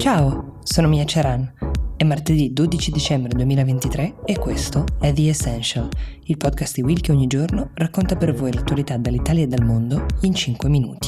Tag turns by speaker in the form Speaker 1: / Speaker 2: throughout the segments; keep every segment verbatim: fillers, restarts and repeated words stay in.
Speaker 1: Ciao, sono Mia Ceran. È martedì dodici dicembre duemilaventitré e questo è The Essential, il podcast di Will che ogni giorno racconta per voi l'attualità dall'Italia e dal mondo in cinque minuti.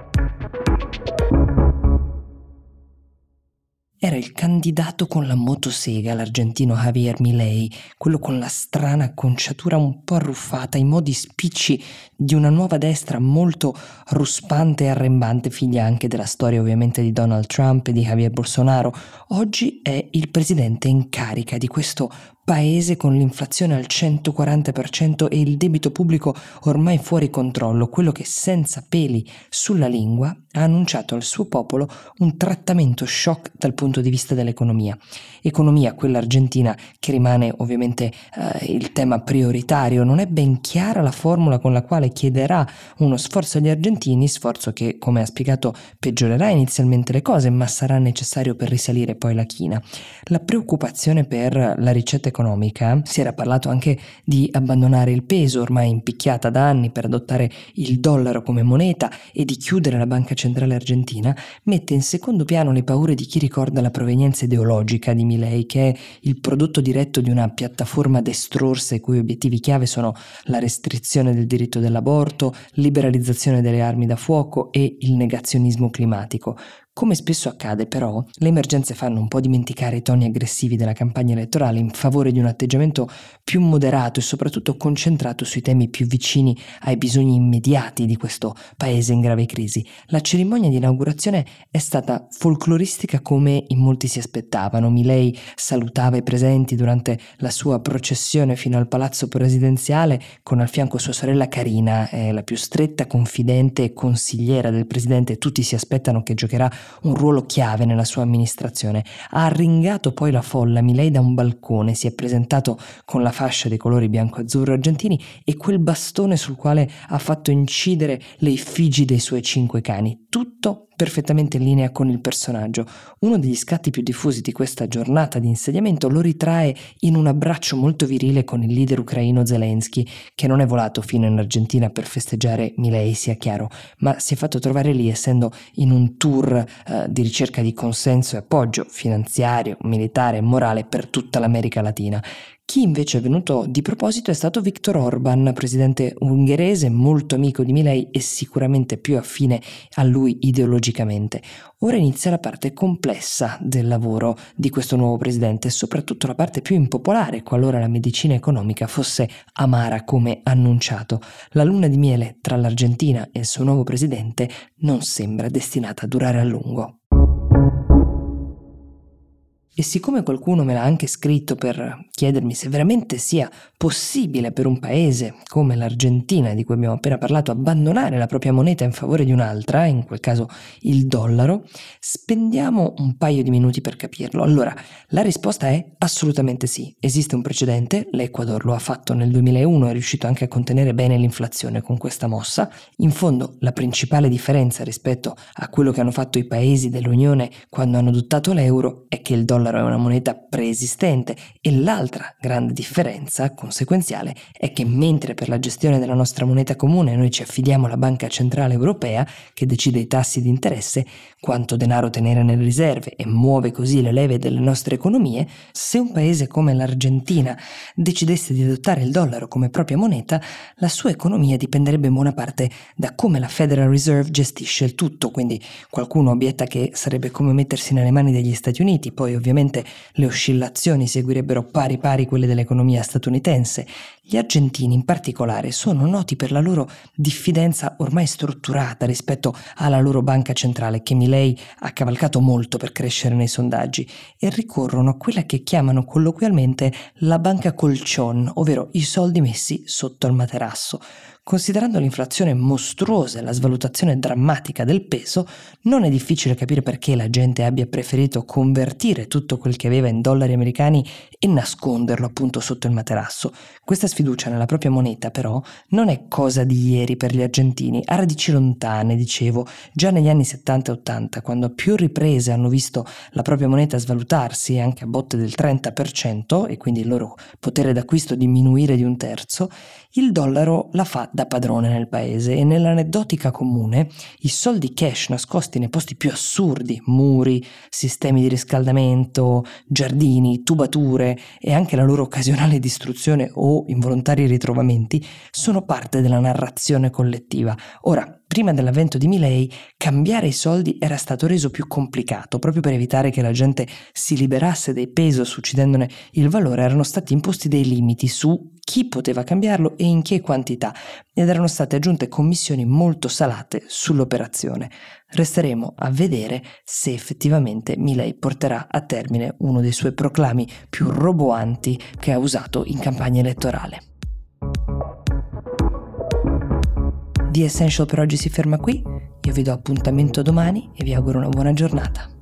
Speaker 1: Era il candidato con la motosega, l'argentino Javier Milei, quello con la strana acconciatura un po' arruffata, i modi spicci di una nuova destra molto ruspante e arrembante, figlia anche della storia ovviamente di Donald Trump e di Javier Bolsonaro. Oggi è il presidente in carica di questo paese con l'inflazione al centoquaranta per cento e il debito pubblico ormai fuori controllo, quello che senza peli sulla lingua ha annunciato al suo popolo un trattamento shock dal punto di vista dell'economia. Economia, quella argentina, che rimane ovviamente eh, il tema prioritario. Non è ben chiara la formula con la quale chiederà uno sforzo agli argentini, sforzo che, come ha spiegato, peggiorerà inizialmente le cose, ma sarà necessario per risalire poi la china. La preoccupazione per la ricetta economica, si era parlato anche di abbandonare il peso, ormai impicchiata da anni, per adottare il dollaro come moneta e di chiudere la banca centrale argentina, mette in secondo piano le paure di chi ricorda la provenienza ideologica di Milei, che è il prodotto diretto di una piattaforma destrorsa i cui obiettivi chiave sono la restrizione del diritto dell'aborto, liberalizzazione delle armi da fuoco e il negazionismo climatico. Come spesso accade però, le emergenze fanno un po' dimenticare i toni aggressivi della campagna elettorale in favore di un atteggiamento più moderato e soprattutto concentrato sui temi più vicini ai bisogni immediati di questo paese in grave crisi. La cerimonia di inaugurazione è stata folcloristica come in molti si aspettavano. Milei salutava i presenti durante la sua processione fino al palazzo presidenziale con al fianco sua sorella Karina, eh, la più stretta confidente e consigliera del presidente. Tutti si aspettano che giocherà un ruolo chiave nella sua amministrazione. Ha arringato poi la folla. Milei da un balcone si è presentato con la fascia dei colori bianco-azzurro argentini e quel bastone sul quale ha fatto incidere le effigi dei suoi cinque cani. Tutto perfettamente in linea con il personaggio. Uno degli scatti più diffusi di questa giornata di insediamento lo ritrae in un abbraccio molto virile con il leader ucraino Zelensky, che non è volato fino in Argentina per festeggiare Milei, sia chiaro, ma si è fatto trovare lì essendo in un tour eh, di ricerca di consenso e appoggio finanziario, militare e morale per tutta l'America Latina. Chi invece è venuto di proposito è stato Viktor Orban, presidente ungherese, molto amico di Milei e sicuramente più affine a lui ideologicamente. Ora inizia la parte complessa del lavoro di questo nuovo presidente e soprattutto la parte più impopolare, qualora la medicina economica fosse amara come annunciato. La luna di miele tra l'Argentina e il suo nuovo presidente non sembra destinata a durare a lungo. E siccome qualcuno me l'ha anche scritto per chiedermi se veramente sia possibile per un paese come l'Argentina, di cui abbiamo appena parlato, abbandonare la propria moneta in favore di un'altra, in quel caso il dollaro, spendiamo un paio di minuti per capirlo. Allora, la risposta è assolutamente sì. Esiste un precedente, l'Ecuador lo ha fatto nel duemilauno, è riuscito anche a contenere bene l'inflazione con questa mossa. In fondo, la principale differenza rispetto a quello che hanno fatto i paesi dell'Unione quando hanno adottato l'euro è che il dollaro è una moneta preesistente e l'altra grande differenza conseguenziale è che mentre per la gestione della nostra moneta comune noi ci affidiamo alla Banca Centrale Europea che decide i tassi di interesse, quanto denaro tenere nelle riserve e muove così le leve delle nostre economie, se un paese come l'Argentina decidesse di adottare il dollaro come propria moneta, la sua economia dipenderebbe in buona parte da come la Federal Reserve gestisce il tutto. Quindi qualcuno obietta che sarebbe come mettersi nelle mani degli Stati Uniti, poi ovviamente le oscillazioni seguirebbero pari pari quelle dell'economia statunitense. Gli argentini in particolare sono noti per la loro diffidenza ormai strutturata rispetto alla loro banca centrale, che Milei ha cavalcato molto per crescere nei sondaggi, e ricorrono a quella che chiamano colloquialmente la banca colchon, ovvero i soldi messi sotto il materasso. Considerando l'inflazione mostruosa e la svalutazione drammatica del peso, non è difficile capire perché la gente abbia preferito convertire tutto quel che aveva in dollari americani e nasconderlo appunto sotto il materasso. Questa sfiducia nella propria moneta però non è cosa di ieri per gli argentini, ha radici lontane, dicevo, già negli anni settanta e ottanta, quando a più riprese hanno visto la propria moneta svalutarsi anche a botte del trenta per cento e quindi il loro potere d'acquisto diminuire di un terzo, il dollaro l'ha fatta da padrone nel paese e nell'aneddotica comune i soldi cash nascosti nei posti più assurdi, muri, sistemi di riscaldamento, giardini, tubature e anche la loro occasionale distruzione o involuntari ritrovamenti, sono parte della narrazione collettiva. Ora, prima dell'avvento di Milei, cambiare i soldi era stato reso più complicato. Proprio per evitare che la gente si liberasse dei pesos uccidendone il valore, erano stati imposti dei limiti su chi poteva cambiarlo e in che quantità, ed erano state aggiunte commissioni molto salate sull'operazione. Resteremo a vedere se effettivamente Milei porterà a termine uno dei suoi proclami più roboanti che ha usato in campagna elettorale. The Essential per oggi si ferma qui, io vi do appuntamento domani e vi auguro una buona giornata.